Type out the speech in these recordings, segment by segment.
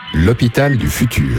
L'hôpital du futur.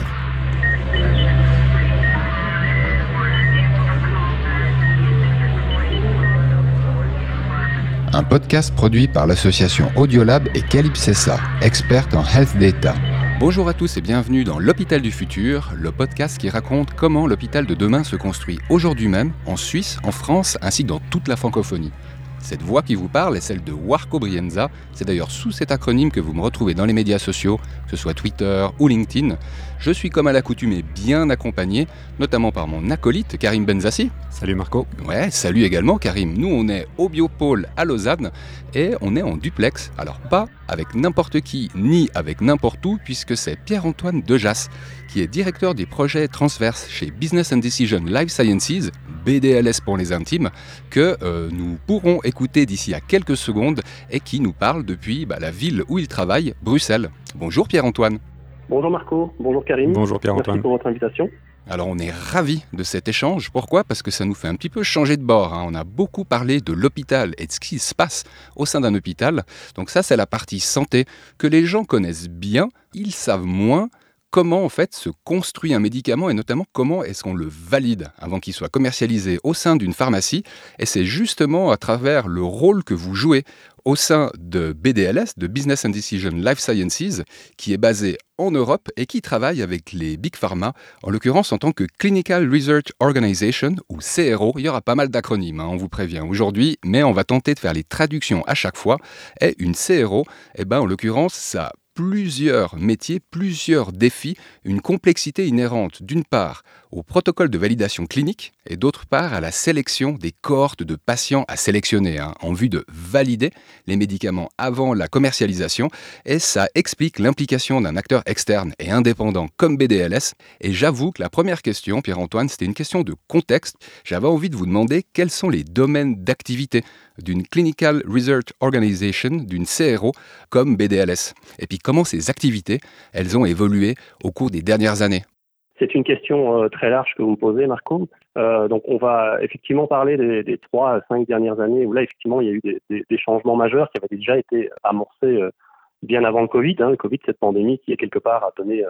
Un podcast produit par l'association Audiolab et Calypsessa, experte en health data. Bonjour à tous et bienvenue dans l'hôpital du futur, le podcast qui raconte comment l'hôpital de demain se construit aujourd'hui même, en Suisse, en France, ainsi que dans toute la francophonie. Cette voix qui vous parle est celle de Warco Brienza. C'est d'ailleurs sous cet acronyme que vous me retrouvez dans les médias sociaux, que ce soit Twitter ou LinkedIn. Je suis comme à l'accoutumée bien accompagné, notamment par mon acolyte Karim Benzassi. Salut Marco. Ouais, salut également Karim. Nous on est au Biopôle à Lausanne et on est en duplex. Alors pas avec n'importe qui ni avec n'importe où, puisque c'est Pierre-Antoine Dejas, qui est directeur des projets transverses chez Business and Decision Life Sciences, BDLS pour les intimes, que nous pourrons écouter d'ici à quelques secondes et qui nous parle depuis la ville où il travaille, Bruxelles. Bonjour Pierre-Antoine. Bonjour Marco, bonjour Karim. Bonjour Pierre-Antoine. Merci pour votre invitation. Alors on est ravis de cet échange. Pourquoi ? Parce que ça nous fait un petit peu changer de bord. On a beaucoup parlé de l'hôpital et de ce qui se passe au sein d'un hôpital. Donc ça, c'est la partie santé que les gens connaissent bien. Ils savent moins comment en fait se construit un médicament et notamment comment est-ce qu'on le valide avant qu'il soit commercialisé au sein d'une pharmacie. Et c'est justement à travers le rôle que vous jouez au sein de BDLS, de Business and Decision Life Sciences, qui est basé en Europe et qui travaille avec les Big Pharma, en l'occurrence en tant que Clinical Research Organization, ou CRO. Il y aura pas mal d'acronymes, on vous prévient aujourd'hui, mais on va tenter de faire les traductions à chaque fois. Et une CRO, en l'occurrence, ça a plusieurs métiers, plusieurs défis, une complexité inhérente d'une part au protocole de validation clinique et d'autre part à la sélection des cohortes de patients à sélectionner en vue de valider les médicaments avant la commercialisation, et ça explique l'implication d'un acteur externe et indépendant comme BDLS. Et j'avoue que la première question, Pierre-Antoine, c'était une question de contexte. J'avais envie de vous demander quels sont les domaines d'activité d'une Clinical Research Organization, d'une CRO comme BDLS, et puis comment ces activités, elles ont évolué au cours des dernières années. C'est une question très large que vous me posez, Marco. Donc, on va effectivement parler des 3 à 5 dernières années où là, effectivement, il y a eu des changements majeurs qui avaient déjà été amorcés bien avant le Covid. Le Covid, cette pandémie qui, quelque part, a donné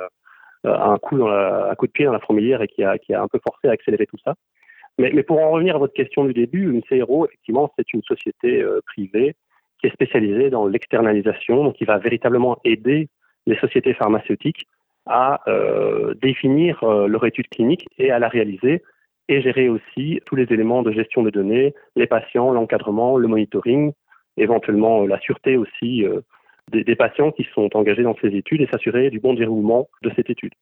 un coup de pied dans la fourmilière et qui a un peu forcé à accélérer tout ça. Mais pour en revenir à votre question du début, une CRO, effectivement, c'est une société privée qui est spécialisée dans l'externalisation, donc qui va véritablement aider les sociétés pharmaceutiques à définir leur étude clinique et à la réaliser et gérer aussi tous les éléments de gestion des données, les patients, l'encadrement, le monitoring, éventuellement la sûreté aussi des patients qui sont engagés dans ces études et s'assurer du bon déroulement de cette étude.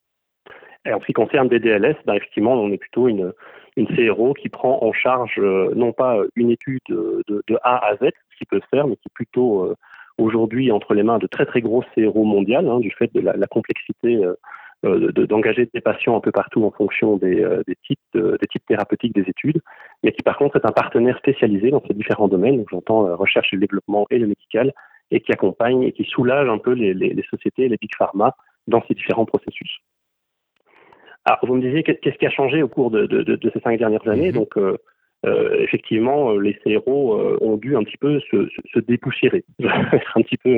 Et en ce qui concerne BDLS, effectivement, on est plutôt une CRO qui prend en charge non pas une étude de A à Z, ce qui peut se faire, mais qui est plutôt aujourd'hui entre les mains de très très grosses CRO mondiales, du fait de la complexité d'engager des patients un peu partout en fonction des types thérapeutiques des études, mais qui par contre est un partenaire spécialisé dans ces différents domaines, donc j'entends recherche et développement et le médical, et qui accompagne et qui soulage un peu les sociétés, les big pharma dans ces différents processus. Alors, vous me disiez qu'est-ce qui a changé au cours de ces 5 dernières années. Donc, effectivement, les CRO ont dû un petit peu se dépoussiérer. Je vais être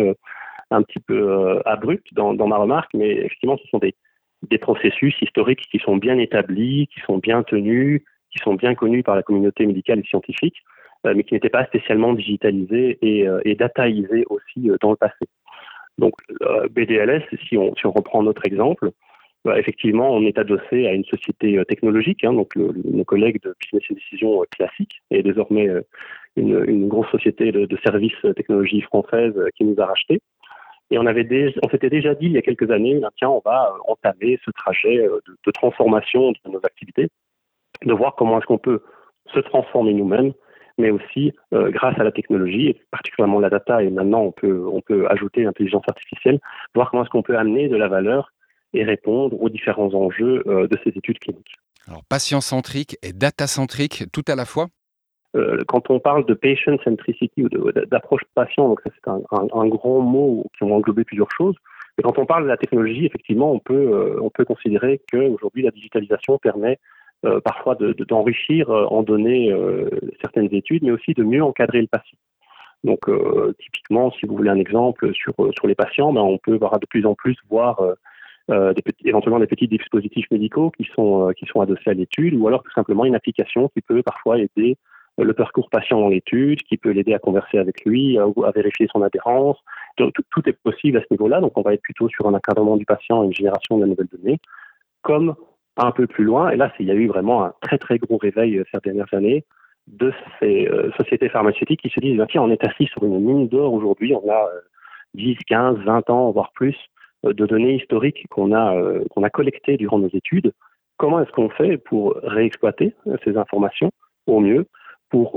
un petit peu abrupt dans ma remarque, mais effectivement, ce sont des processus historiques qui sont bien établis, qui sont bien tenus, qui sont bien connus par la communauté médicale et scientifique, mais qui n'étaient pas spécialement digitalisés et dataisés aussi dans le passé. Donc, BDLS, si on reprend notre exemple, effectivement, on est adossé à une société technologique, donc nos collègues de Business and Decision classique, et désormais une grosse société de services technologie française qui nous a rachetés. Et on s'était déjà dit il y a quelques années, on va entamer ce trajet de transformation de nos activités, de voir comment est-ce qu'on peut se transformer nous-mêmes, mais aussi grâce à la technologie, et particulièrement la data, et maintenant on peut ajouter l'intelligence artificielle, voir comment est-ce qu'on peut amener de la valeur et répondre aux différents enjeux de ces études cliniques. Alors, patient-centrique et data-centrique tout à la fois ? Quand on parle de patient centricity ou d'approche patient, donc ça c'est un grand mot qui va englober plusieurs choses. Mais quand on parle de la technologie, effectivement, on peut considérer qu'aujourd'hui la digitalisation permet parfois d'enrichir en données certaines études, mais aussi de mieux encadrer le patient. Donc, typiquement, si vous voulez un exemple sur les patients, on peut de plus en plus voir éventuellement des petits dispositifs médicaux qui sont adossés à l'étude, ou alors tout simplement une application qui peut parfois aider le parcours patient dans l'étude, qui peut l'aider à converser avec lui, à vérifier son adhérence. Donc, tout est possible à ce niveau-là. Donc, on va être plutôt sur un encadrement du patient et une génération de nouvelles données. Comme un peu plus loin, et là, il y a eu vraiment un très, très gros réveil ces dernières années de ces sociétés pharmaceutiques qui se disent, tiens, on est assis sur une mine d'or aujourd'hui, on a 10, 15, 20 ans, voire plus, de données historiques qu'on a collectées durant nos études. Comment est-ce qu'on fait pour réexploiter ces informations au mieux, pour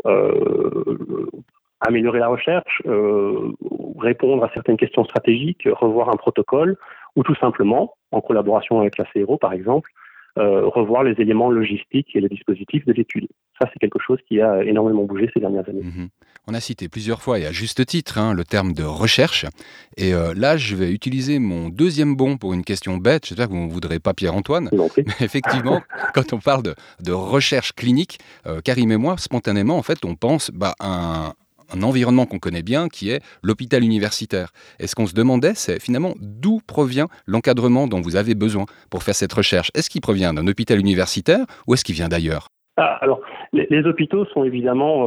améliorer la recherche, répondre à certaines questions stratégiques, revoir un protocole, ou tout simplement, en collaboration avec la CRO par exemple, revoir les éléments logistiques et les dispositifs de l'étude. Ça, c'est quelque chose qui a énormément bougé ces dernières années. On a cité plusieurs fois, et à juste titre, le terme de recherche. Et là, je vais utiliser mon deuxième bon pour une question bête. J'espère que vous ne voudrez pas, Pierre-Antoine. Mais effectivement, quand on parle de recherche clinique, Karim et moi, spontanément, en fait, on pense à un environnement qu'on connaît bien, qui est l'hôpital universitaire. Et ce qu'on se demandait, c'est finalement d'où provient l'encadrement dont vous avez besoin pour faire cette recherche. Est-ce qu'il provient d'un hôpital universitaire ou est-ce qu'il vient d'ailleurs ? Alors, les hôpitaux sont évidemment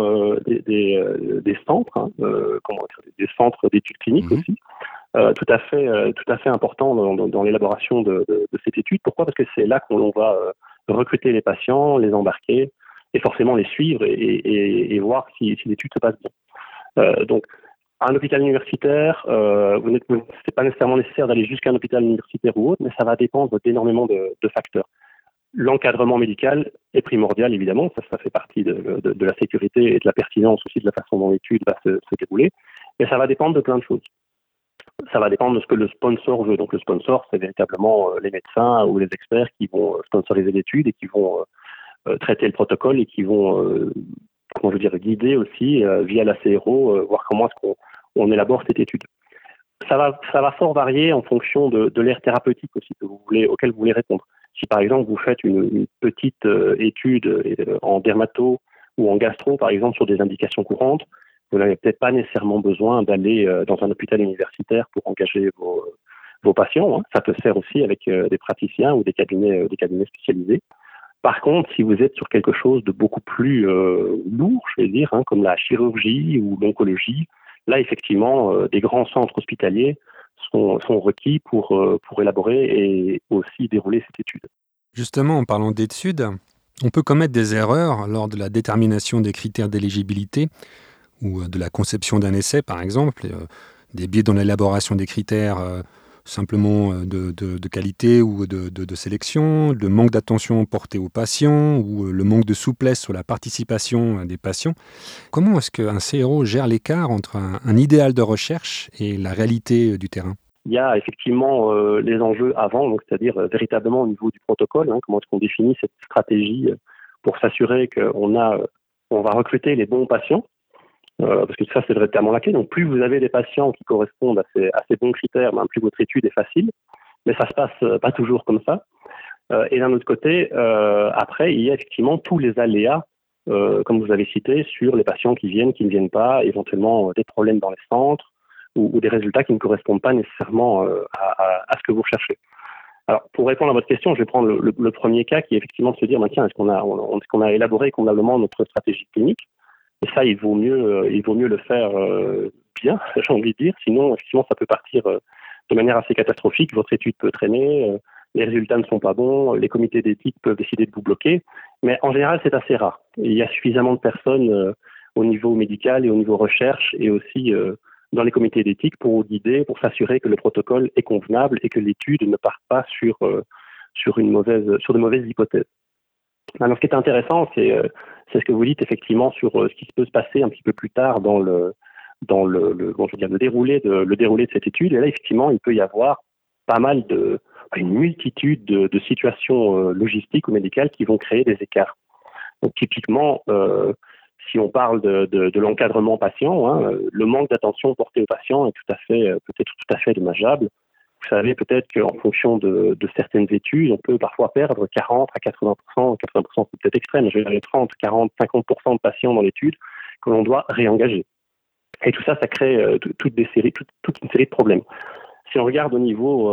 des centres, des centres d'études cliniques aussi, tout à fait importants dans l'élaboration de cette étude. Pourquoi ? Parce que c'est là qu'on va recruter les patients, les embarquer et forcément les suivre et voir si l'étude se passe bien. Donc, un hôpital universitaire, c'est pas nécessairement nécessaire d'aller jusqu'à un hôpital universitaire ou autre, mais ça va dépendre d'énormément de facteurs. L'encadrement médical est primordial, évidemment, ça fait partie de la sécurité et de la pertinence aussi de la façon dont l'étude va se dérouler, mais ça va dépendre de plein de choses. Ça va dépendre de ce que le sponsor veut. Donc le sponsor, c'est véritablement les médecins ou les experts qui vont sponsoriser l'étude et qui vont traiter le protocole et qui vont guider aussi via la CRO, voir comment est-ce qu'on élabore cette étude. Ça va fort varier en fonction de l'ère thérapeutique aussi auquel vous voulez répondre. Si par exemple vous faites une petite étude en dermato ou en gastro, par exemple, sur des indications courantes, vous n'avez peut-être pas nécessairement besoin d'aller dans un hôpital universitaire pour engager vos patients. Ça peut se faire aussi avec des praticiens ou des cabinets spécialisés. Par contre, si vous êtes sur quelque chose de beaucoup plus lourd, je vais dire, comme la chirurgie ou l'oncologie, là, effectivement, des grands centres hospitaliers sont requis pour élaborer et aussi dérouler cette étude. Justement, en parlant d'études, on peut commettre des erreurs lors de la détermination des critères d'éligibilité ou de la conception d'un essai, par exemple, des biais dans l'élaboration des critères simplement de qualité ou de sélection, le manque d'attention portée aux patients ou le manque de souplesse sur la participation des patients. Comment est-ce qu'un CRO gère l'écart entre un idéal de recherche et la réalité du terrain ? Il y a effectivement les enjeux avant, donc c'est-à-dire véritablement au niveau du protocole, comment est-ce qu'on définit cette stratégie pour s'assurer qu'on va recruter les bons patients, parce que ça c'est véritablement la clé. Donc plus vous avez des patients qui correspondent à ces bons critères, plus votre étude est facile, mais ça se passe pas toujours comme ça. Et d'un autre côté, après il y a effectivement tous les aléas, comme vous avez cité, sur les patients qui viennent, qui ne viennent pas, éventuellement des problèmes dans les centres, ou des résultats qui ne correspondent pas nécessairement à ce que vous recherchez. Alors, pour répondre à votre question, je vais prendre le premier cas qui est effectivement de se dire, tiens, est-ce qu'on a élaboré convenablement notre stratégie clinique ? Et ça, il vaut mieux le faire bien, j'ai envie de dire. Sinon, effectivement, ça peut partir de manière assez catastrophique. Votre étude peut traîner, les résultats ne sont pas bons, les comités d'éthique peuvent décider de vous bloquer. Mais en général, c'est assez rare. Il y a suffisamment de personnes au niveau médical et au niveau recherche et aussi dans les comités d'éthique pour guider, pour s'assurer que le protocole est convenable et que l'étude ne part pas sur de mauvaises hypothèses. Maintenant, ce qui est intéressant, c'est ce que vous dites effectivement sur ce qui peut se passer un petit peu plus tard dans le déroulé de cette étude. Et là, effectivement, il peut y avoir une multitude de situations logistiques ou médicales qui vont créer des écarts. Donc, typiquement, si on parle de l'encadrement patient, le manque d'attention portée aux patients est peut-être tout à fait dommageable. Vous savez peut-être qu'en fonction de certaines études, on peut parfois perdre 40 à 80%, 80% c'est peut-être extrême, je vais dire 30, 40, 50% de patients dans l'étude que l'on doit réengager. Et tout ça, ça crée toute une série de problèmes. Si on regarde au niveau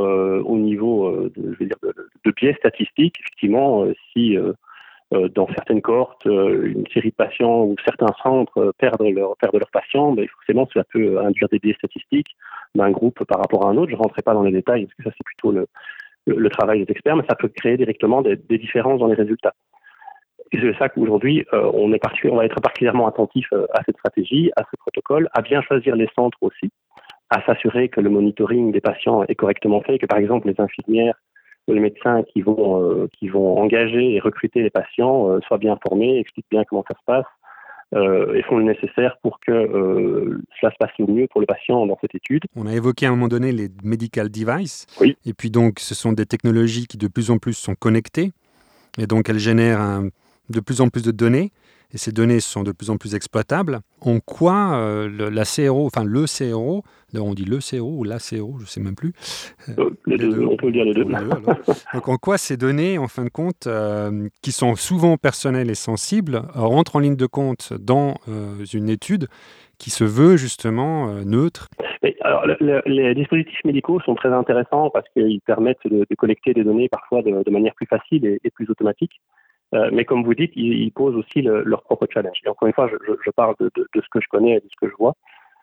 de biais statistiques, effectivement, si dans certaines cohortes, une série de patients ou certains centres perdent leurs patients, forcément cela peut induire des biais statistiques d'un groupe par rapport à un autre. Je ne rentrerai pas dans les détails parce que ça c'est plutôt le travail des experts, mais ça peut créer directement des différences dans les résultats. Et c'est ça qu'aujourd'hui, on va être particulièrement attentif à cette stratégie, à ce protocole, à bien choisir les centres aussi, à s'assurer que le monitoring des patients est correctement fait, que par exemple les infirmières ou les médecins qui vont engager et recruter les patients soient bien formés, expliquent bien comment ça se passe et font le nécessaire pour que cela se passe le mieux pour le patient dans cette étude. On a évoqué à un moment donné les medical devices. Oui. Et puis donc, ce sont des technologies qui de plus en plus sont connectées. Et donc, elles génèrent de plus en plus de données. Et ces données sont de plus en plus exploitables. En quoi le CRO, on dit le CRO ou la CRO, je ne sais même plus. Les deux, on peut dire les deux. Donc en quoi ces données, en fin de compte, qui sont souvent personnelles et sensibles, rentrent en ligne de compte dans une étude qui se veut justement neutre? Alors, les dispositifs médicaux sont très intéressants parce qu'ils permettent de collecter des données parfois de manière plus facile et plus automatique. Mais comme vous dites, ils posent aussi leur propre challenge. Et encore une fois, je parle de ce que je connais et de ce que je vois.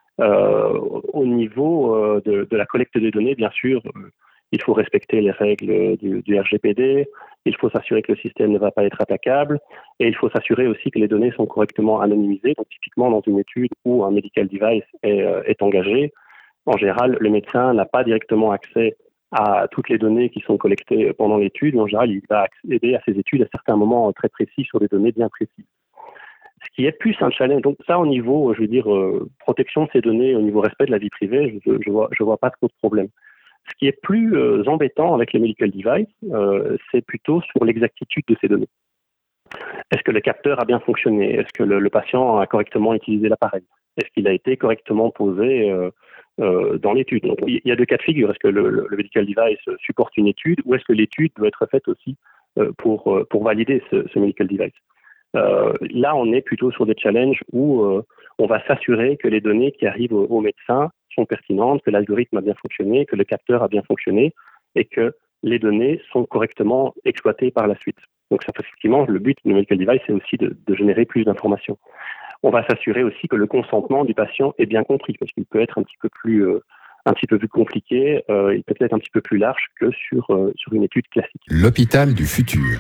Au niveau de la collecte des données, bien sûr, il faut respecter les règles du RGPD, il faut s'assurer que le système ne va pas être attaquable, et il faut s'assurer aussi que les données sont correctement anonymisées. Donc typiquement, dans une étude où un medical device est engagé, en général, le médecin n'a pas directement accès à toutes les données qui sont collectées pendant l'étude. En général, il va accéder à ces études à certains moments très précis sur des données bien précises. Ce qui est plus un challenge, donc ça au niveau, protection de ces données, au niveau respect de la vie privée, je vois pas trop de problème. Ce qui est plus embêtant avec les medical devices, c'est plutôt sur l'exactitude de ces données. Est-ce que le capteur a bien fonctionné? Est-ce que le patient a correctement utilisé l'appareil? Est-ce qu'il a été correctement posé dans l'étude? Donc, il y a deux cas de figure. Est-ce que le medical device supporte une étude ou est-ce que l'étude doit être faite aussi pour valider ce medical device? Là, on est plutôt sur des challenges où on va s'assurer que les données qui arrivent au médecin sont pertinentes, que l'algorithme a bien fonctionné, que le capteur a bien fonctionné et que les données sont correctement exploitées par la suite. Donc, ça, effectivement, le but du medical device, c'est aussi de générer plus d'informations. On va s'assurer aussi que le consentement du patient est bien compris, parce qu'il peut être un petit peu plus compliqué, il peut être un petit peu plus large que sur une étude classique. L'hôpital du futur.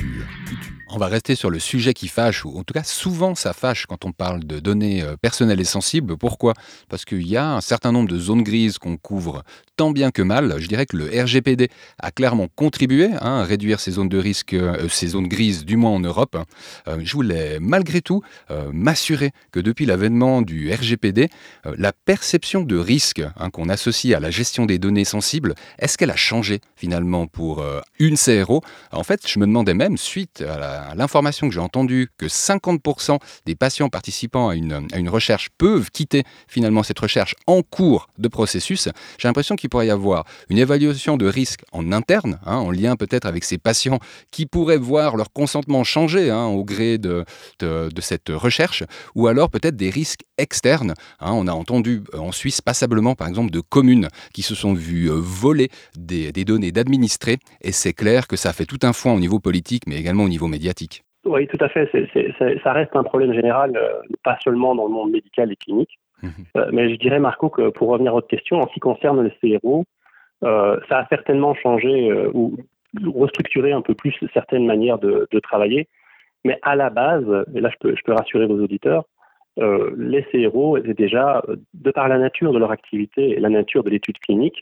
On va rester sur le sujet qui fâche, ou en tout cas souvent ça fâche quand on parle de données personnelles et sensibles. Pourquoi ? Parce qu'il y a un certain nombre de zones grises qu'on couvre tant bien que mal. Je dirais que le RGPD a clairement contribué à réduire ces zones de risque, ces zones grises, du moins en Europe. Je voulais malgré tout m'assurer que depuis l'avènement du RGPD, la perception de risque qu'on associe à la gestion des données sensibles, est-ce qu'elle a changé finalement pour une CRO ? En fait, je me demandais même, suite à l'information que j'ai entendue, que 50% des patients participant à une recherche peuvent quitter finalement cette recherche en cours de processus, j'ai l'impression qu'il pourrait y avoir une évaluation de risque en interne, en lien peut-être avec ces patients qui pourraient voir leur consentement changer au gré de cette recherche, ou alors peut-être des risques externes. On a entendu en Suisse passablement, par exemple, de communes qui se sont vues voler des données d'administrés, et c'est clair que ça fait tout un foin au niveau politique, mais également au niveau médiatique. Oui, tout à fait. Ça reste un problème général, pas seulement dans le monde médical et clinique. Mais je dirais, Marco, que pour revenir à votre question, en ce qui concerne les CRO, ça a certainement changé ou restructuré un peu plus certaines manières de travailler. Mais à la base, et là je peux rassurer vos auditeurs, les CRO étaient déjà, de par la nature de leur activité et la nature de l'étude clinique,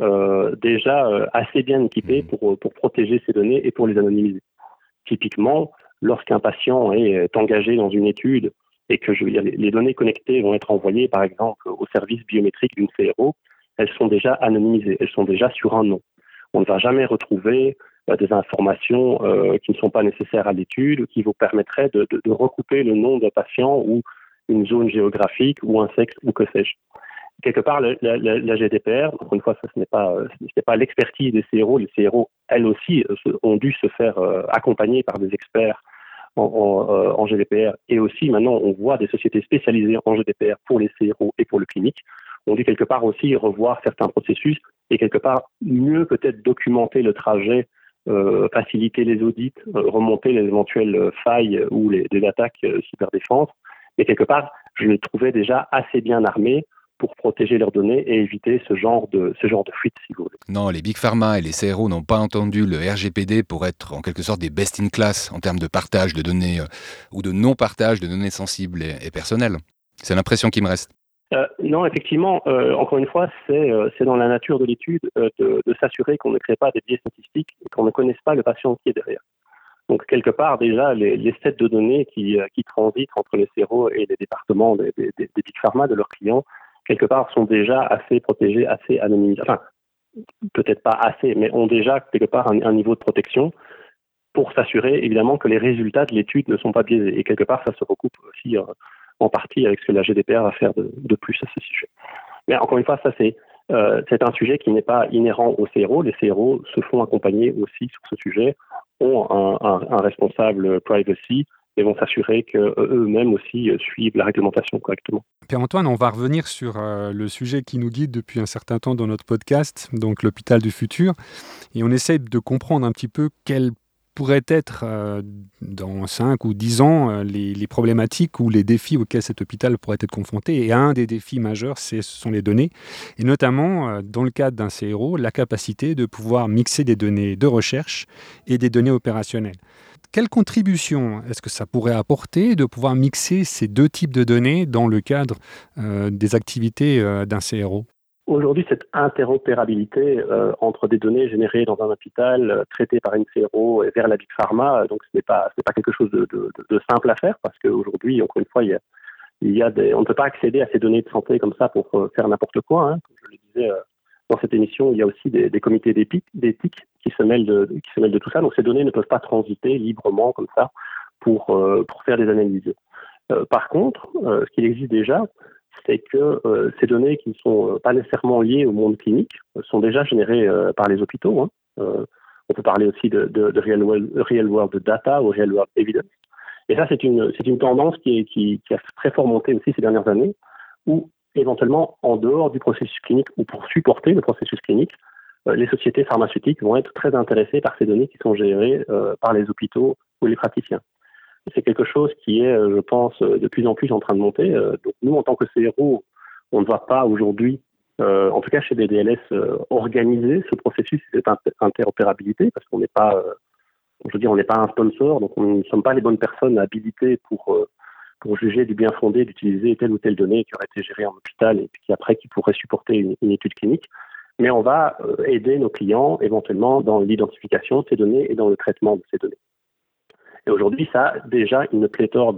déjà assez bien équipés pour protéger ces données et pour les anonymiser. Typiquement, lorsqu'un patient est engagé dans une étude et que les données connectées vont être envoyées, par exemple, au service biométrique d'une CRO, elles sont déjà anonymisées, elles sont déjà sur un nom. On ne va jamais retrouver des informations qui ne sont pas nécessaires à l'étude, qui vous permettraient de recouper le nom d'un patient ou une zone géographique ou un sexe ou que sais-je. Quelque part, la GDPR, encore une fois, ce n'est pas l'expertise des CRO. Les CRO, elles aussi, ont dû se faire accompagner par des experts en GDPR. Et aussi, maintenant, on voit des sociétés spécialisées en GDPR pour les CRO et pour le clinique. On dû quelque part aussi revoir certains processus et quelque part mieux peut-être documenter le trajet, faciliter les audits, remonter les éventuelles failles ou des attaques cyberdéfense. Et quelque part, je les trouvais déjà assez bien armés pour protéger leurs données et éviter ce genre de fuite, si vous voulez. Non, les Big Pharma et les CRO n'ont pas entendu le RGPD pour être en quelque sorte des best in class en termes de partage de données ou de non-partage de données sensibles et personnelles. C'est l'impression qui me reste. Non, effectivement, encore une fois, c'est dans la nature de l'étude de s'assurer qu'on ne crée pas des biais statistiques et qu'on ne connaisse pas le patient qui est derrière. Donc, quelque part, déjà, les sets de données qui transitent entre les CRO et les départements des Big Pharma, de leurs clients, quelque part, sont déjà assez protégés, assez anonymisés. Enfin, peut-être pas assez, mais ont déjà, quelque part, un niveau de protection pour s'assurer, évidemment, que les résultats de l'étude ne sont pas biaisés. Et quelque part, ça se recoupe aussi en partie avec ce que la GDPR va faire de plus à ce sujet. Mais encore une fois, ça c'est un sujet qui n'est pas inhérent aux CRO. Les CRO se font accompagner aussi sur ce sujet, ont un responsable privacy et vont s'assurer qu'eux-mêmes aussi suivent la réglementation correctement. Pierre-Antoine, on va revenir sur le sujet qui nous guide depuis un certain temps dans notre podcast, donc l'hôpital du futur, et on essaie de comprendre un petit peu quel pourraient être dans 5 ou 10 ans les problématiques ou les défis auxquels cet hôpital pourrait être confronté. Et un des défis majeurs, ce sont les données. Et notamment, dans le cadre d'un CRO, la capacité de pouvoir mixer des données de recherche et des données opérationnelles. Quelle contribution est-ce que ça pourrait apporter de pouvoir mixer ces deux types de données dans le cadre des activités d'un CRO ? Aujourd'hui, cette interopérabilité entre des données générées dans un hôpital, traitées par une CRO et vers la Big Pharma, donc ce n'est pas quelque chose de simple à faire parce qu'aujourd'hui, encore une fois, on ne peut pas accéder à ces données de santé comme ça pour faire n'importe quoi. Comme je le disais dans cette émission, il y a aussi des comités d'éthique qui se mêlent de tout ça. Donc ces données ne peuvent pas transiter librement comme ça pour faire des analyses. Par contre, ce qu'il existe déjà, c'est que ces données qui ne sont pas nécessairement liées au monde clinique sont déjà générées par les hôpitaux. On peut parler aussi de real world data ou real world evidence. Et ça, c'est une tendance qui a très fort monté aussi ces dernières années, où éventuellement, en dehors du processus clinique ou pour supporter le processus clinique, les sociétés pharmaceutiques vont être très intéressées par ces données qui sont gérées par les hôpitaux ou les praticiens. C'est quelque chose qui est, je pense, de plus en plus en train de monter. Donc nous, en tant que CRO, on ne va pas aujourd'hui, en tout cas chez BDLS, organiser ce processus, cette interopérabilité, parce qu'on n'est pas, on n'est pas un sponsor, donc on ne sommes pas les bonnes personnes habilitées pour juger du bien fondé d'utiliser telle ou telle donnée qui aurait été gérée en hôpital et puis qui pourrait supporter une étude clinique. Mais on va aider nos clients éventuellement dans l'identification de ces données et dans le traitement de ces données. Et aujourd'hui, ça a déjà une pléthore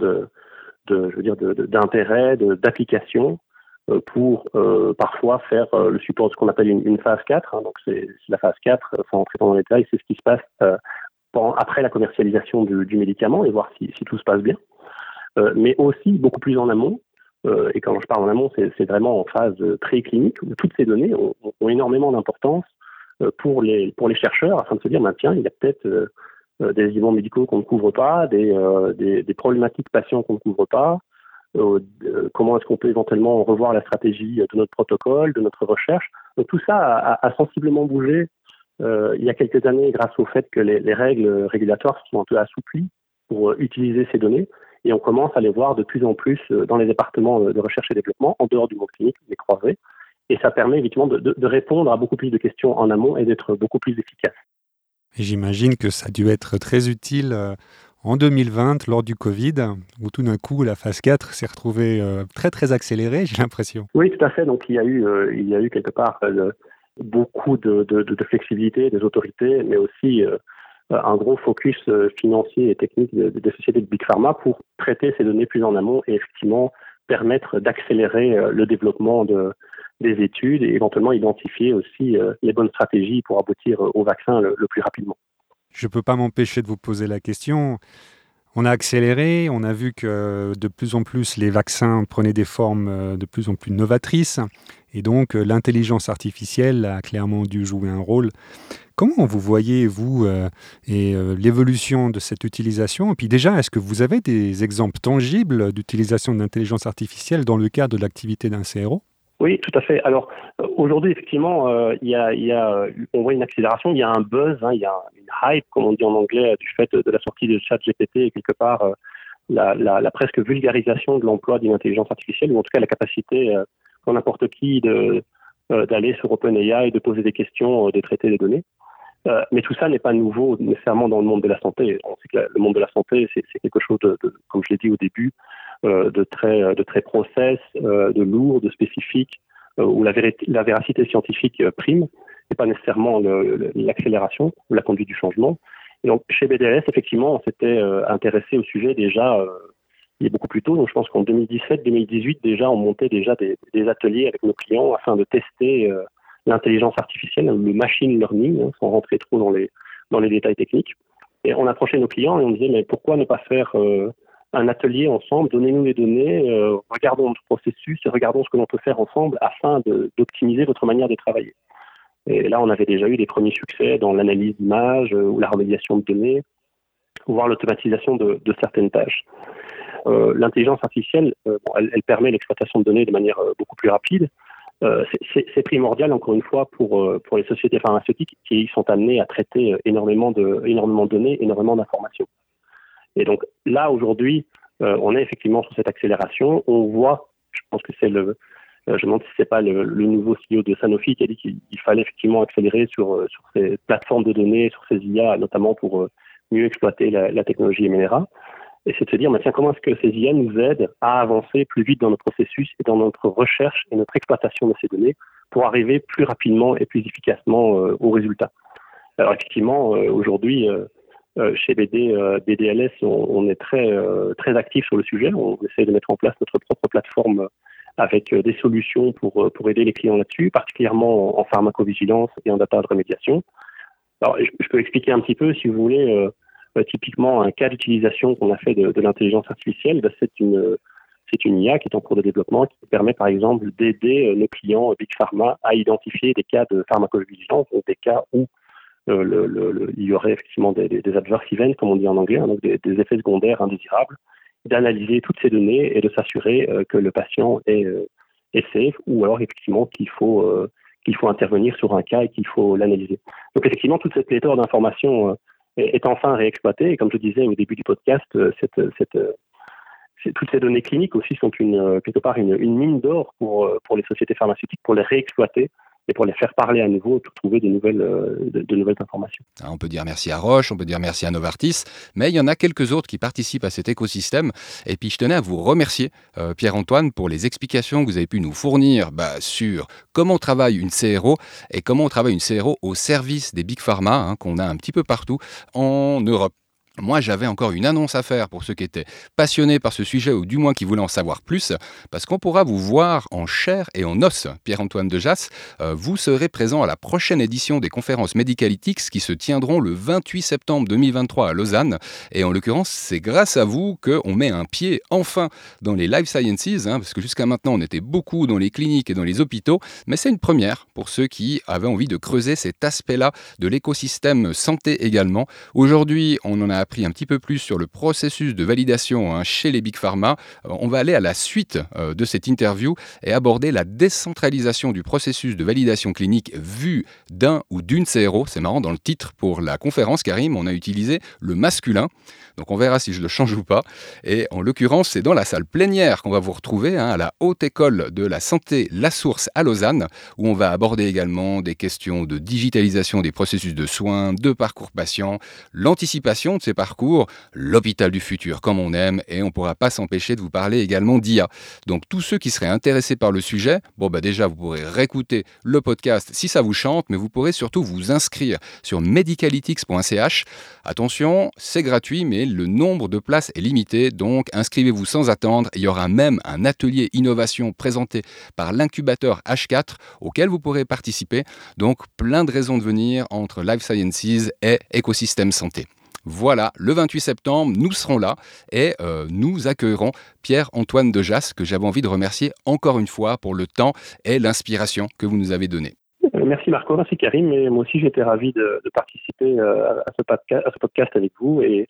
d'intérêts, d'applications pour parfois faire le support de ce qu'on appelle une phase 4. Donc c'est la phase 4, sans entrer dans les détails, c'est ce qui se passe après la commercialisation du médicament et voir si tout se passe bien. Mais aussi beaucoup plus en amont. Et quand je parle en amont, c'est vraiment en phase préclinique où toutes ces données ont énormément d'importance pour les chercheurs afin de se dire, tiens, il y a peut-être des éléments médicaux qu'on ne couvre pas, des problématiques patients qu'on ne couvre pas. Comment est-ce qu'on peut éventuellement revoir la stratégie de notre protocole, de notre recherche. Donc tout ça a sensiblement bougé il y a quelques années grâce au fait que les règles régulatoires se sont un peu assouplies pour utiliser ces données. Et on commence à les voir de plus en plus dans les départements de recherche et développement, en dehors du monde clinique, les croisés. Et ça permet évidemment de répondre à beaucoup plus de questions en amont et d'être beaucoup plus efficace. Et j'imagine que ça a dû être très utile en 2020, lors du Covid, où tout d'un coup, la phase 4 s'est retrouvée très, très accélérée, j'ai l'impression. Oui, tout à fait. Donc, il y a eu quelque part beaucoup de flexibilité des autorités, mais aussi un gros focus financier et technique des sociétés de Big Pharma pour traiter ces données plus en amont et effectivement permettre d'accélérer le développement des études et éventuellement identifier aussi les bonnes stratégies pour aboutir au vaccin le plus rapidement. Je ne peux pas m'empêcher de vous poser la question. On a accéléré, on a vu que de plus en plus les vaccins prenaient des formes de plus en plus novatrices et donc l'intelligence artificielle a clairement dû jouer un rôle. Comment vous voyez, vous, l'évolution de cette utilisation ? Et puis déjà, est-ce que vous avez des exemples tangibles d'utilisation de l'intelligence artificielle dans le cadre de l'activité d'un CRO ? Oui, tout à fait. Alors aujourd'hui, effectivement, on voit une accélération, il y a un buzz, il y a une hype, comme on dit en anglais, du fait de la sortie de ChatGPT et quelque part la presque vulgarisation de l'emploi d'une intelligence artificielle, ou en tout cas la capacité pour n'importe qui d'aller sur OpenAI et de poser des questions, de traiter des données. Mais tout ça n'est pas nouveau nécessairement dans le monde de la santé. On sait que le monde de la santé, c'est quelque chose comme je l'ai dit au début, de très process, de lourd, de spécifique, où la véracité scientifique prime, et pas nécessairement l'accélération ou la conduite du changement. Et donc chez BDLS, effectivement, on s'était intéressé au sujet déjà il y a beaucoup plus tôt. Donc je pense qu'en 2017-2018 déjà, on montait déjà des ateliers avec nos clients afin de tester l'intelligence artificielle, le machine learning, sans rentrer trop dans les détails techniques. Et on approchait nos clients et on disait, mais pourquoi ne pas faire un atelier ensemble, donnez-nous les données, regardons notre processus et regardons ce que l'on peut faire ensemble afin d'optimiser votre manière de travailler. Et là, on avait déjà eu des premiers succès dans l'analyse d'images ou la remédiation de données, voire l'automatisation de certaines tâches. L'intelligence artificielle, elle permet l'exploitation de données de manière beaucoup plus rapide. C'est primordial, encore une fois, pour les sociétés pharmaceutiques qui sont amenées à traiter énormément de données, énormément d'informations. Et donc là, aujourd'hui, on est effectivement sur cette accélération. On voit, je pense que c'est je me demande si c'est pas le nouveau CEO de Sanofi qui a dit qu'il fallait effectivement accélérer sur ces plateformes de données, sur ces IA, notamment pour mieux exploiter la technologie MNRA. Et c'est de se dire, tiens, comment est-ce que ces IA nous aident à avancer plus vite dans nos processus et dans notre recherche et notre exploitation de ces données pour arriver plus rapidement et plus efficacement aux résultats. Alors effectivement, aujourd'hui, chez BDLS, on est très actif sur le sujet. On essaie de mettre en place notre propre plateforme avec des solutions pour aider les clients là-dessus, particulièrement en pharmacovigilance et en data de remédiation. Alors, je peux expliquer un petit peu, si vous voulez, typiquement un cas d'utilisation qu'on a fait de l'intelligence artificielle. C'est une IA qui est en cours de développement, qui permet par exemple d'aider nos clients Big Pharma à identifier des cas de pharmacovigilance, donc des cas où il y aurait effectivement des adverse events, comme on dit en anglais, donc des effets secondaires indésirables, d'analyser toutes ces données et de s'assurer que le patient est safe, ou alors effectivement qu'il faut intervenir sur un cas et qu'il faut l'analyser. Donc effectivement, toute cette pléthore d'informations est enfin réexploitée. Et comme je disais au début du podcast, toutes ces données cliniques aussi sont quelque part une mine d'or pour les sociétés pharmaceutiques, pour les réexploiter et pour les faire parler à nouveau, pour trouver de nouvelles informations. On peut dire merci à Roche, on peut dire merci à Novartis, mais il y en a quelques autres qui participent à cet écosystème. Et puis je tenais à vous remercier, Pierre-Antoine, pour les explications que vous avez pu nous fournir sur comment travaille une CRO et comment on travaille une CRO au service des Big Pharma, qu'on a un petit peu partout en Europe. Moi, j'avais encore une annonce à faire pour ceux qui étaient passionnés par ce sujet ou du moins qui voulaient en savoir plus, parce qu'on pourra vous voir en chair et en os. Pierre-Antoine Dejas, vous serez présent à la prochaine édition des conférences Medicalytics qui se tiendront le 28 septembre 2023 à Lausanne. Et en l'occurrence, c'est grâce à vous qu'on met un pied enfin dans les life sciences, parce que jusqu'à maintenant, on était beaucoup dans les cliniques et dans les hôpitaux, mais c'est une première pour ceux qui avaient envie de creuser cet aspect-là de l'écosystème santé également. Aujourd'hui, on en a appris un petit peu plus sur le processus de validation chez les Big Pharma. On va aller à la suite de cette interview et aborder la décentralisation du processus de validation clinique vu d'un ou d'une CRO. C'est marrant, dans le titre pour la conférence, Karim, on a utilisé le masculin. Donc on verra si je le change ou pas. Et en l'occurrence, c'est dans la salle plénière qu'on va vous retrouver, à la Haute École de la Santé La Source à Lausanne, où on va aborder également des questions de digitalisation des processus de soins, de parcours patients, l'anticipation de ces parcours, l'hôpital du futur comme on aime, et on ne pourra pas s'empêcher de vous parler également d'IA. Donc tous ceux qui seraient intéressés par le sujet, déjà vous pourrez réécouter le podcast si ça vous chante, mais vous pourrez surtout vous inscrire sur medicalytics.ch. Attention, c'est gratuit, mais le nombre de places est limité, donc inscrivez-vous sans attendre. Il y aura même un atelier innovation présenté par l'incubateur H4 auquel vous pourrez participer. Donc plein de raisons de venir entre Life Sciences et écosystème santé. Voilà, le 28 septembre, nous serons là et nous accueillerons Pierre-Antoine Dejas, que j'avais envie de remercier encore une fois pour le temps et l'inspiration que vous nous avez donné. Merci Marco, merci Karim, et moi aussi j'étais ravi de participer à ce podcast avec vous, et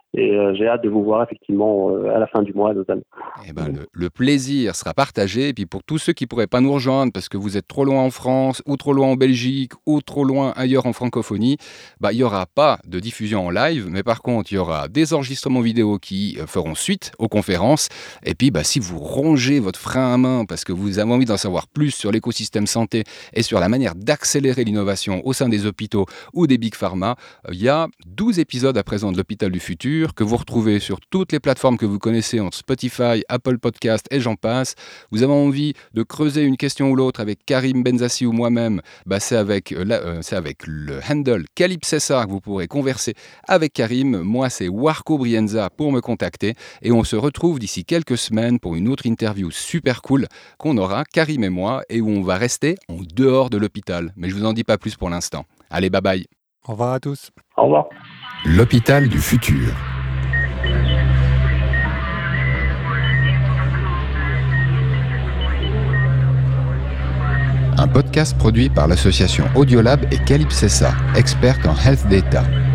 Et j'ai hâte de vous voir effectivement à la fin du mois à Lausanne. Eh ben, le plaisir sera partagé. Et puis pour tous ceux qui ne pourraient pas nous rejoindre parce que vous êtes trop loin en France, ou trop loin en Belgique, ou trop loin ailleurs en francophonie, il n'y aura pas de diffusion en live. Mais par contre, il y aura des enregistrements vidéo qui feront suite aux conférences. Et puis, si vous rongez votre frein à main parce que vous avez envie d'en savoir plus sur l'écosystème santé et sur la manière d'accélérer l'innovation au sein des hôpitaux ou des big pharma, il y a 12 épisodes à présent de l'Hôpital du Futur que vous retrouvez sur toutes les plateformes que vous connaissez, entre Spotify, Apple Podcast et j'en passe. Vous avez envie de creuser une question ou l'autre avec Karim Benzassi ou moi-même, c'est avec le handle Calypsessa que vous pourrez converser avec Karim. Moi, c'est Warco Brienza pour me contacter et on se retrouve d'ici quelques semaines pour une autre interview super cool qu'on aura, Karim et moi, et où on va rester en dehors de l'hôpital. Mais je vous en dis pas plus pour l'instant. Allez, bye bye. Au revoir à tous. Au revoir. L'hôpital du futur. Un podcast produit par l'association Audiolab et Calypsessa, experte en health data.